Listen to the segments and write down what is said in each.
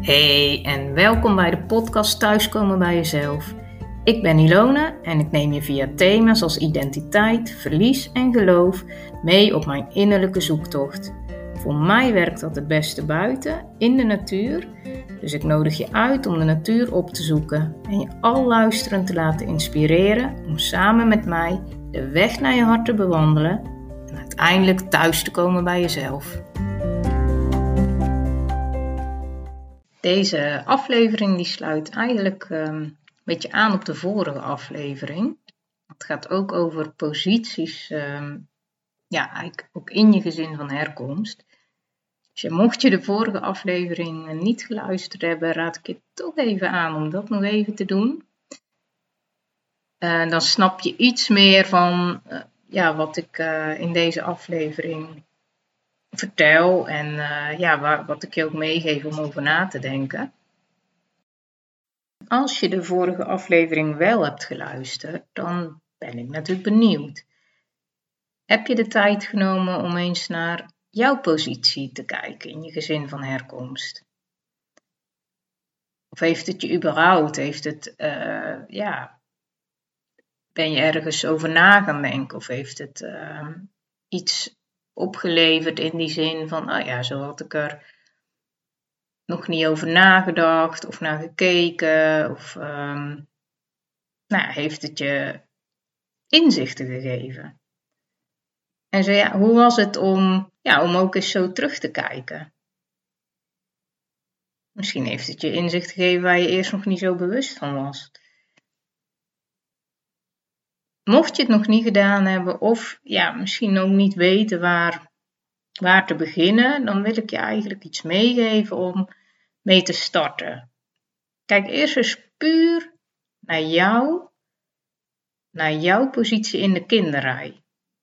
Hey en welkom bij de podcast Thuiskomen bij Jezelf. Ik ben Ilona en ik neem je via thema's als identiteit, verlies en geloof mee op mijn innerlijke zoektocht. Voor mij werkt dat het beste buiten, in de natuur. Dus ik nodig je uit om de natuur op te zoeken en je al luisterend te laten inspireren om samen met mij de weg naar je hart te bewandelen en uiteindelijk thuis te komen bij jezelf. Deze aflevering die sluit eigenlijk een beetje aan op de vorige aflevering. Het gaat ook over posities, eigenlijk ook in je gezin van herkomst. Dus mocht je de vorige aflevering niet geluisterd hebben, raad ik je toch even aan om dat nog even te doen. Dan snap je iets meer van wat ik in deze aflevering vertel en wat ik je ook meegeef om over na te denken. Als je de vorige aflevering wel hebt geluisterd, dan ben ik natuurlijk benieuwd. Heb je de tijd genomen om eens naar jouw positie te kijken in je gezin van herkomst? Of heeft het je überhaupt, ben je ergens over na gaan denken? Of heeft het iets opgeleverd in die zin van, zo had ik er nog niet over nagedacht of naar gekeken. Of heeft het je inzichten gegeven? En zo hoe was het om ook eens zo terug te kijken? Misschien heeft het je inzicht gegeven waar je eerst nog niet zo bewust van was. Mocht je het nog niet gedaan hebben of misschien ook niet weten waar te beginnen, dan wil ik je eigenlijk iets meegeven om mee te starten. Kijk eerst eens puur naar jouw positie in de kinderrij.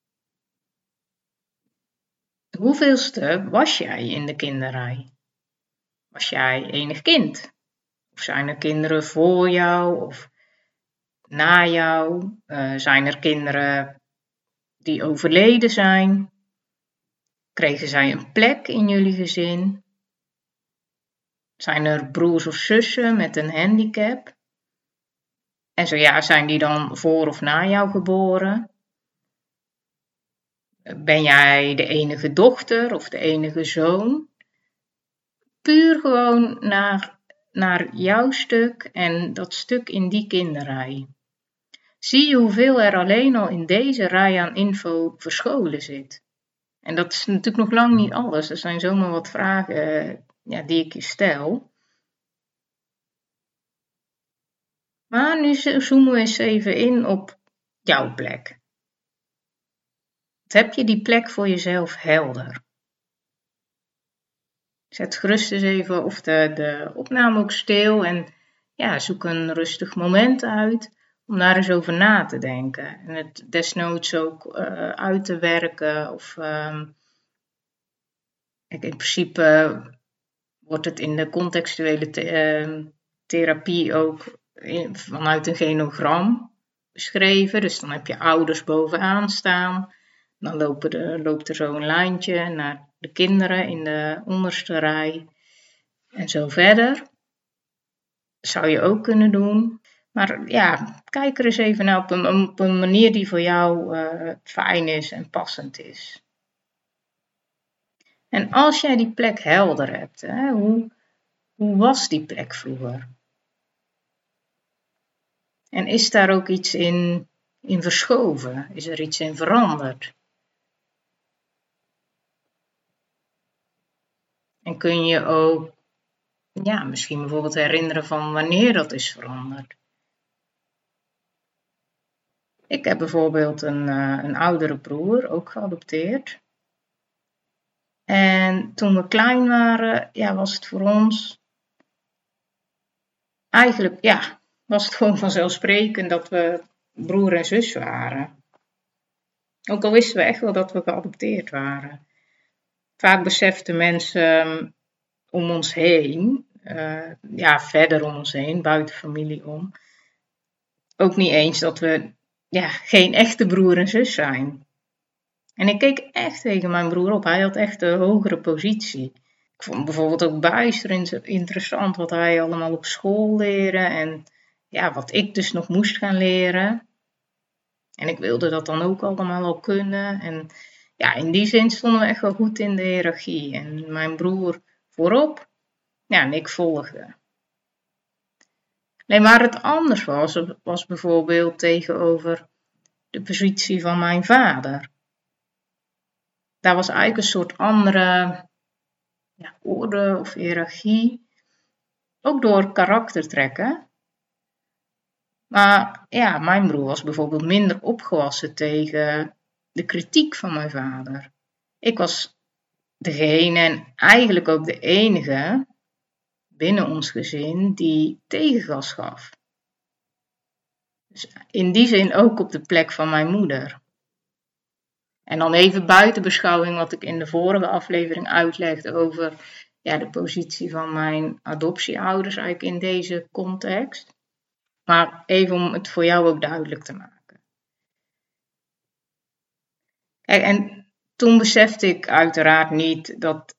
Hoeveelste was jij in de kinderrij? Was jij enig kind? Of zijn er kinderen voor jou of na jou? Zijn er kinderen die overleden zijn? Kregen zij een plek in jullie gezin? Zijn er broers of zussen met een handicap? En zo zijn die dan voor of na jou geboren? Ben jij de enige dochter of de enige zoon? Puur gewoon naar jouw stuk en dat stuk in die kinderrij. Zie je hoeveel er alleen al in deze rij aan info verscholen zit. En dat is natuurlijk nog lang niet alles. Er zijn zomaar wat vragen die ik je stel. Maar nu zoomen we eens even in op jouw plek. Heb je die plek voor jezelf helder? Zet gerust eens even of de opname ook stil en zoek een rustig moment uit om daar eens over na te denken. En het desnoods ook uit te werken. Of in principe wordt het in de contextuele therapie ook vanuit een genogram beschreven. Dus dan heb je ouders bovenaan staan. Dan loopt er zo een lijntje naar de kinderen in de onderste rij. En zo verder. Dat zou je ook kunnen doen. Maar kijk er eens even naar op een manier die voor jou fijn is en passend is. En als jij die plek helder hebt, hoe was die plek vroeger? En is daar ook iets in verschoven? Is er iets in veranderd? En kun je ook misschien bijvoorbeeld herinneren van wanneer dat is veranderd? Ik heb bijvoorbeeld een oudere broer, ook geadopteerd. En toen we klein waren, was het voor ons eigenlijk, was het gewoon vanzelfsprekend dat we broer en zus waren. Ook al wisten we echt wel dat we geadopteerd waren. Vaak beseften mensen om ons heen, verder om ons heen, buiten familie om, ook niet eens dat we geen echte broer en zus zijn. En ik keek echt tegen mijn broer op. Hij had echt een hogere positie. Ik vond bijvoorbeeld ook bijster interessant wat hij allemaal op school leerde en ja, wat ik dus nog moest gaan leren. En ik wilde dat dan ook allemaal al kunnen. En ja, in die zin stonden we echt wel goed in de hiërarchie. En mijn broer voorop, ja, en ik volgde. Nee, waar het anders was bijvoorbeeld tegenover de positie van mijn vader. Daar was eigenlijk een soort andere orde of hiërarchie. Ook door karaktertrekken. Maar ja, mijn broer was bijvoorbeeld minder opgewassen tegen de kritiek van mijn vader. Ik was degene en eigenlijk ook de enige binnen ons gezin die tegengas gaf. Dus in die zin ook op de plek van mijn moeder. En dan even buiten beschouwing wat ik in de vorige aflevering uitlegde over de positie van mijn adoptieouders eigenlijk in deze context. Maar even om het voor jou ook duidelijk te maken. Kijk, en toen besefte ik uiteraard niet dat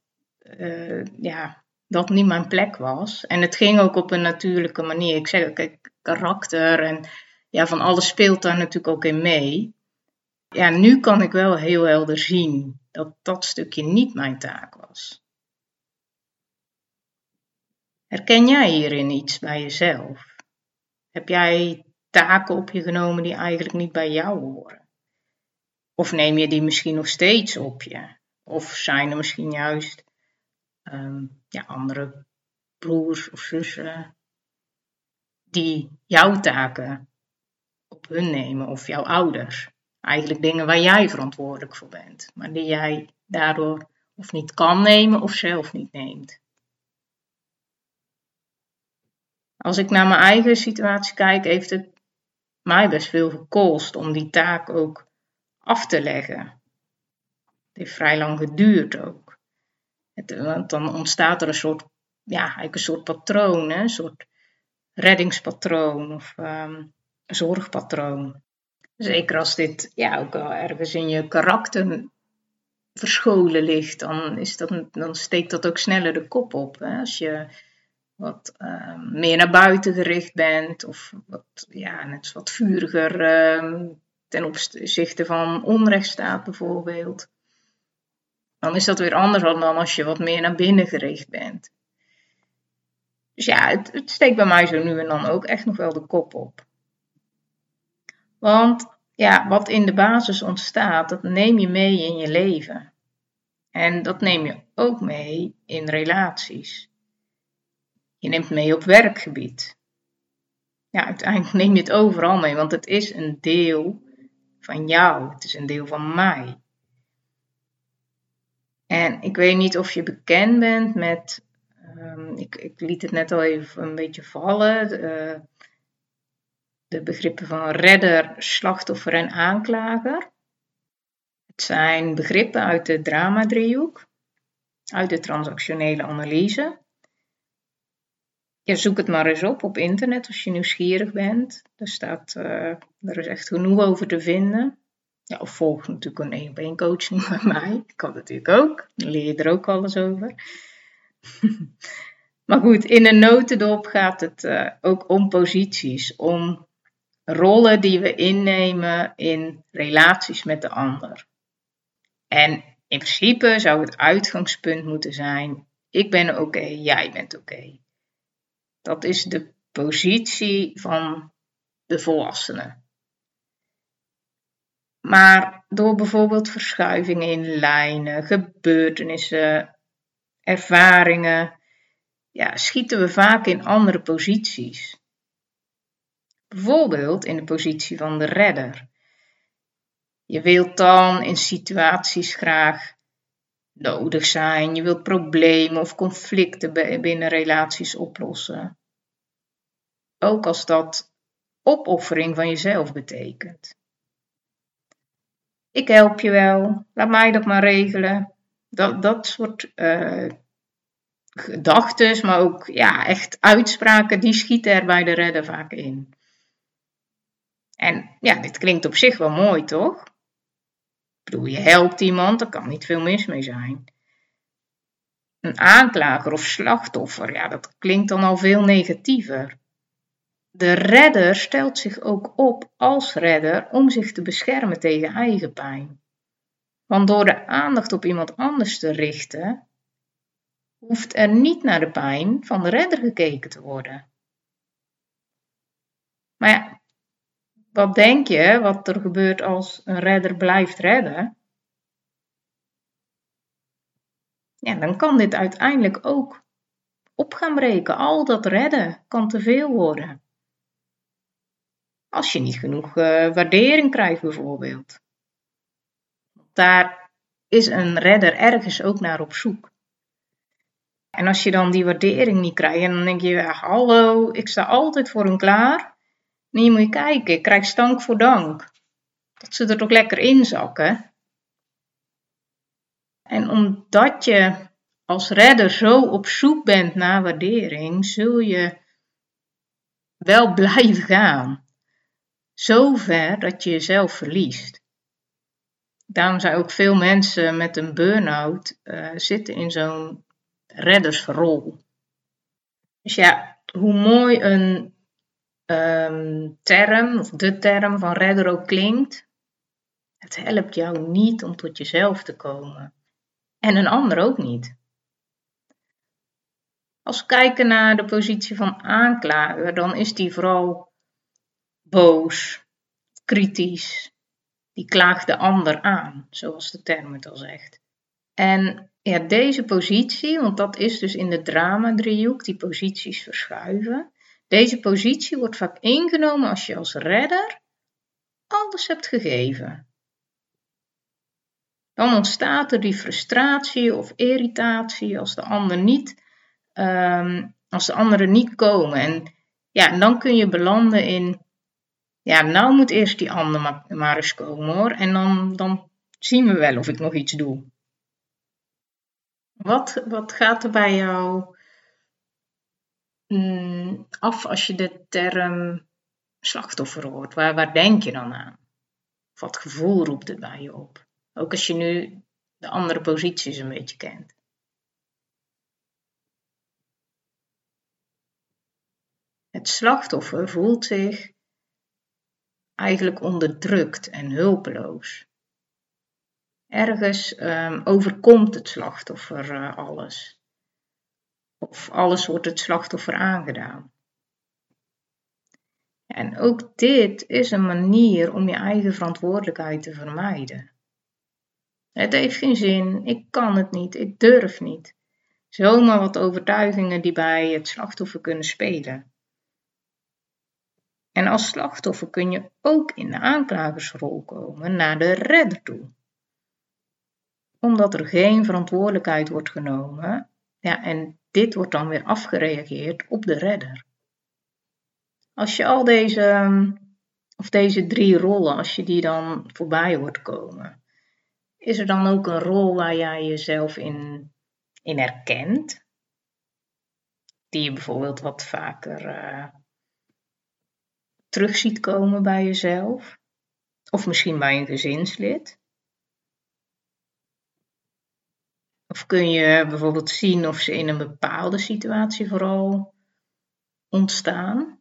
dat niet mijn plek was. En het ging ook op een natuurlijke manier. Ik zeg, kijk, karakter en van alles speelt daar natuurlijk ook in mee. Ja, nu kan ik wel heel helder zien dat dat stukje niet mijn taak was. Herken jij hierin iets bij jezelf? Heb jij taken op je genomen die eigenlijk niet bij jou horen? Of neem je die misschien nog steeds op je? Of zijn er misschien juist andere broers of zussen die jouw taken op hun nemen of jouw ouders? Eigenlijk dingen waar jij verantwoordelijk voor bent, maar die jij daardoor of niet kan nemen of zelf niet neemt. Als ik naar mijn eigen situatie kijk, heeft het mij best veel gekost om die taak ook af te leggen. Het heeft vrij lang geduurd ook. Want dan ontstaat er een soort patroon, een soort reddingspatroon of zorgpatroon. Zeker als dit ook wel ergens in je karakter verscholen ligt, dan steekt dat ook sneller de kop op. Hè? Als je wat meer naar buiten gericht bent of net wat vuriger ten opzichte van onrecht staat bijvoorbeeld. Dan is dat weer anders dan als je wat meer naar binnen gericht bent. Dus het steekt bij mij zo nu en dan ook echt nog wel de kop op. Want wat in de basis ontstaat, dat neem je mee in je leven. En dat neem je ook mee in relaties. Je neemt mee op werkgebied. Ja, uiteindelijk neem je het overal mee, want het is een deel van jou. Het is een deel van mij. En ik weet niet of je bekend bent met, ik liet het net al even een beetje vallen, de begrippen van redder, slachtoffer en aanklager. Het zijn begrippen uit de drama-driehoek, uit de transactionele analyse. Zoek het maar eens op internet als je nieuwsgierig bent. Er is echt genoeg over te vinden. Ja, of volg natuurlijk een 1-op-1 coaching bij mij. Ik kan natuurlijk ook. Dan leer je er ook alles over. Maar goed, in een notendop gaat het ook om posities. Om rollen die we innemen in relaties met de ander. En in principe zou het uitgangspunt moeten zijn: ik ben oké, jij bent oké. Dat is de positie van de volwassene. Maar door bijvoorbeeld verschuivingen in lijnen, gebeurtenissen, ervaringen, schieten we vaak in andere posities. Bijvoorbeeld in de positie van de redder. Je wilt dan in situaties graag nodig zijn. Je wilt problemen of conflicten binnen relaties oplossen. Ook als dat opoffering van jezelf betekent. Ik help je wel, laat mij dat maar regelen. Dat soort gedachten, maar ook echt uitspraken, die schieten er bij de redder vaak in. En dit klinkt op zich wel mooi, toch? Ik bedoel, je helpt iemand, daar kan niet veel mis mee zijn. een aanklager of slachtoffer, ja, dat klinkt dan al veel negatiever. De redder stelt zich ook op als redder om zich te beschermen tegen eigen pijn. Want door de aandacht op iemand anders te richten, hoeft er niet naar de pijn van de redder gekeken te worden. Maar ja, wat denk je wat er gebeurt als een redder blijft redden? Ja, dan kan dit uiteindelijk ook op gaan breken. Al dat redden kan te veel worden. Als je niet genoeg waardering krijgt bijvoorbeeld. Daar is een redder ergens ook naar op zoek. En als je dan die waardering niet krijgt, dan denk je, ja, hallo, ik sta altijd voor hem klaar. Nee, moet je kijken, ik krijg stank voor dank. Dat ze er toch lekker in zakken. En omdat je als redder zo op zoek bent naar waardering, zul je wel blijven gaan. Zover dat je jezelf verliest. Daarom zijn ook veel mensen met een burn-out zitten in zo'n reddersrol. Dus ja, hoe mooi een term of de term van redder ook klinkt, het helpt jou niet om tot jezelf te komen. En een ander ook niet. Als we kijken naar de positie van aanklager, dan is die vooral boos, kritisch. Die klaagt de ander aan, zoals de term het al zegt. En ja, deze positie, want dat is dus in de drama-driehoek, die posities verschuiven. Deze positie wordt vaak ingenomen als je als redder alles hebt gegeven. Dan ontstaat er die frustratie of irritatie als de anderen niet komen. En ja, dan kun je belanden in, ja, nou moet eerst die ander maar eens komen hoor. En dan zien we wel of ik nog iets doe. Wat gaat er bij jou af als je de term slachtoffer hoort? Waar denk je dan aan? Of wat gevoel roept het bij je op? Ook als je nu de andere posities een beetje kent. Het slachtoffer voelt zich eigenlijk onderdrukt en hulpeloos. Ergens overkomt het slachtoffer alles. Of alles wordt het slachtoffer aangedaan. En ook dit is een manier om je eigen verantwoordelijkheid te vermijden. Het heeft geen zin, ik kan het niet, ik durf niet. Zomaar wat overtuigingen die bij het slachtoffer kunnen spelen. En als slachtoffer kun je ook in de aanklagersrol komen naar de redder toe. Omdat er geen verantwoordelijkheid wordt genomen, ja, en dit wordt dan weer afgereageerd op de redder. Als je al deze 3 rollen, als je die dan voorbij hoort komen, is er dan ook een rol waar jij jezelf in herkent? Die je bijvoorbeeld wat vaker terug ziet komen bij jezelf? Of misschien bij een gezinslid? Of kun je bijvoorbeeld zien of ze in een bepaalde situatie vooral ontstaan?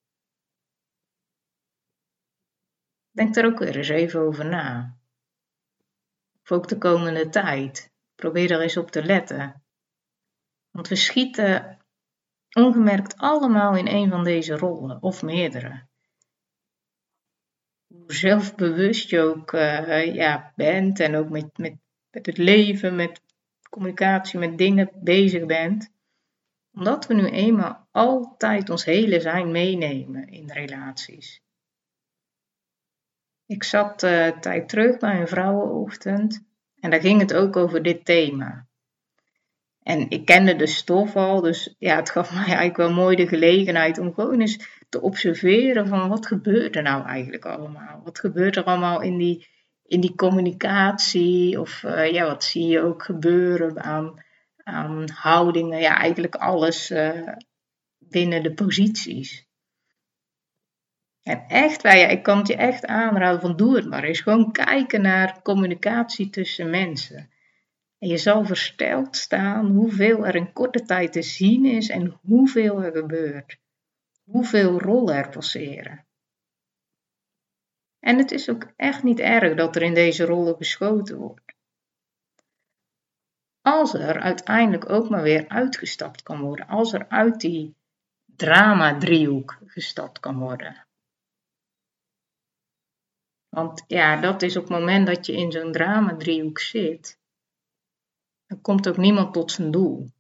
Denk er ook weer eens even over na. Of ook de komende tijd. Probeer er eens op te letten. Want we schieten ongemerkt allemaal in een van deze rollen, of meerdere. Hoe zelfbewust je ook bent en ook met het leven, met communicatie, met dingen bezig bent. Omdat we nu eenmaal altijd ons hele zijn meenemen in relaties. Ik zat een tijd terug bij een vrouwenochtend en daar ging het ook over dit thema. En ik kende de stof al, dus ja, het gaf mij eigenlijk wel mooi de gelegenheid om gewoon eens te observeren van wat gebeurt er nou eigenlijk allemaal? Wat gebeurt er allemaal in die communicatie? Of wat zie je ook gebeuren aan houdingen? Ja, eigenlijk alles binnen de posities. En echt, ik kan het je echt aanraden van doe het maar eens. Gewoon kijken naar communicatie tussen mensen. En je zal versteld staan hoeveel er in korte tijd te zien is en hoeveel er gebeurt. Hoeveel rollen er passeren. En het is ook echt niet erg dat er in deze rollen geschoten wordt. Als er uiteindelijk ook maar weer uitgestapt kan worden. Als er uit die drama-driehoek gestapt kan worden. Want ja, dat is op het moment dat je in zo'n drama-driehoek zit, dan komt ook niemand tot zijn doel.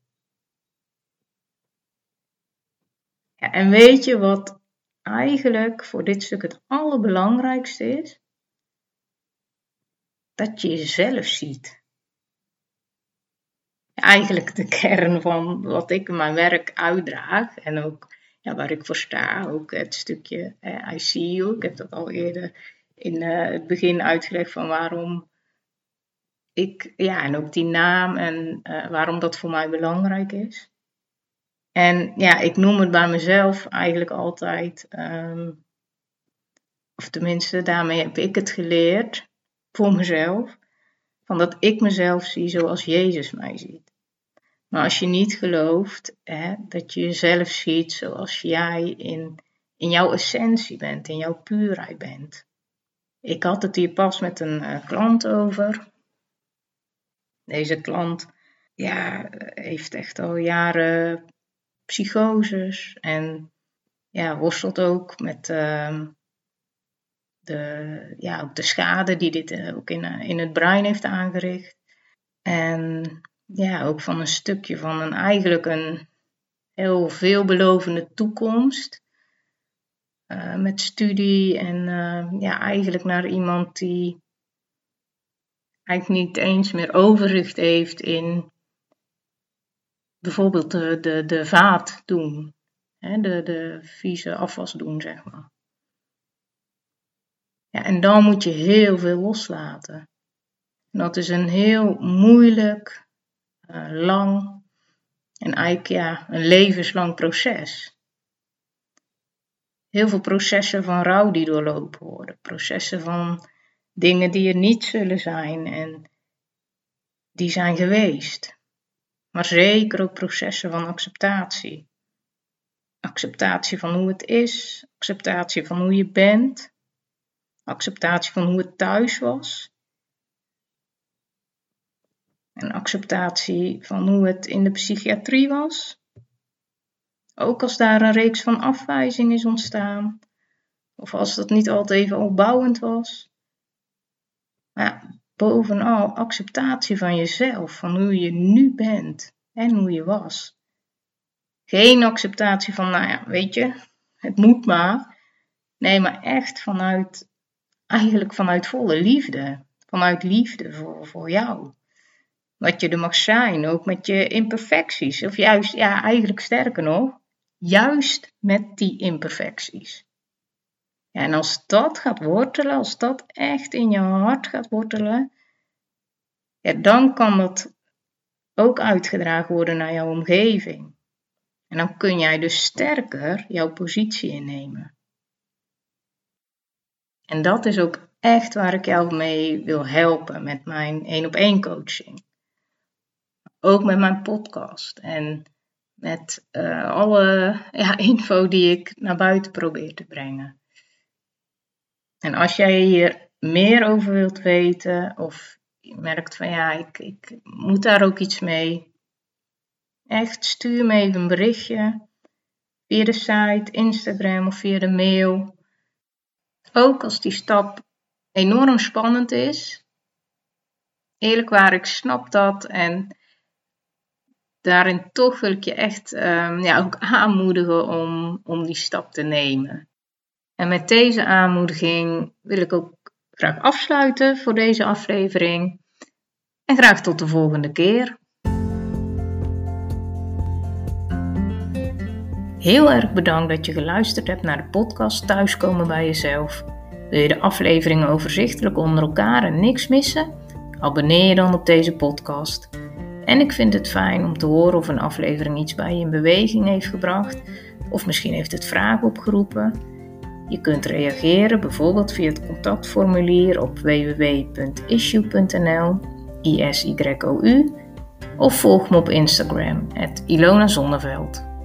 Ja, en weet je wat eigenlijk voor dit stuk het allerbelangrijkste is? Dat je jezelf ziet. Ja, eigenlijk de kern van wat ik in mijn werk uitdraag en ook waar ik voor sta, ook het stukje I see you. Ik heb dat al eerder in het begin uitgelegd van waarom en ook die naam en waarom dat voor mij belangrijk is. En ja, ik noem het bij mezelf eigenlijk altijd, of tenminste daarmee heb ik het geleerd voor mezelf, van dat ik mezelf zie zoals Jezus mij ziet. Maar als je niet gelooft dat je jezelf ziet zoals jij in jouw essentie bent, in jouw puurheid bent. Ik had het hier pas met een klant over. Deze klant heeft echt al jaren psychoses en worstelt ook met ook de schade die dit ook in het brein heeft aangericht. En ook van een stukje van eigenlijk een heel veelbelovende toekomst. Met studie en eigenlijk naar iemand die eigenlijk niet eens meer overzicht heeft in bijvoorbeeld de vaat doen. De vieze afwas doen, zeg maar. Ja, en dan moet je heel veel loslaten. En dat is een heel moeilijk, lang en eigenlijk een levenslang proces. Heel veel processen van rouw die doorlopen worden. Processen van dingen die er niet zullen zijn en die zijn geweest. Maar zeker ook processen van acceptatie. Acceptatie van hoe het is. Acceptatie van hoe je bent. Acceptatie van hoe het thuis was. En acceptatie van hoe het in de psychiatrie was. Ook als daar een reeks van afwijzing is ontstaan. Of als dat niet altijd even opbouwend was. Maar bovenal acceptatie van jezelf. Van hoe je nu bent. En hoe je was. Geen acceptatie van, weet je, het moet maar. Nee, maar echt vanuit volle liefde. Vanuit liefde voor jou. Dat je er mag zijn, ook met je imperfecties. Of juist, eigenlijk sterker nog, juist met die imperfecties. Ja, en als dat gaat wortelen, als dat echt in je hart gaat wortelen, dan kan dat ook uitgedragen worden naar jouw omgeving. En dan kun jij dus sterker jouw positie innemen. En dat is ook echt waar ik jou mee wil helpen met mijn 1-op-1 coaching. Ook met mijn podcast en met alle info die ik naar buiten probeer te brengen. En als jij hier meer over wilt weten of je merkt van ik moet daar ook iets mee. Echt, stuur me even een berichtje via de site, Instagram of via de mail. Ook als die stap enorm spannend is. Eerlijk waar, ik snap dat en daarin toch wil ik je echt ook aanmoedigen om die stap te nemen. En met deze aanmoediging wil ik ook graag afsluiten voor deze aflevering. En graag tot de volgende keer. Heel erg bedankt dat je geluisterd hebt naar de podcast Thuiskomen bij Jezelf. Wil je de afleveringen overzichtelijk onder elkaar en niks missen? Abonneer je dan op deze podcast. En ik vind het fijn om te horen of een aflevering iets bij je in beweging heeft gebracht. Of misschien heeft het vragen opgeroepen. Je kunt reageren bijvoorbeeld via het contactformulier op www.issue.nl. ISYOU, of volg me op Instagram @IlonaZonneveld.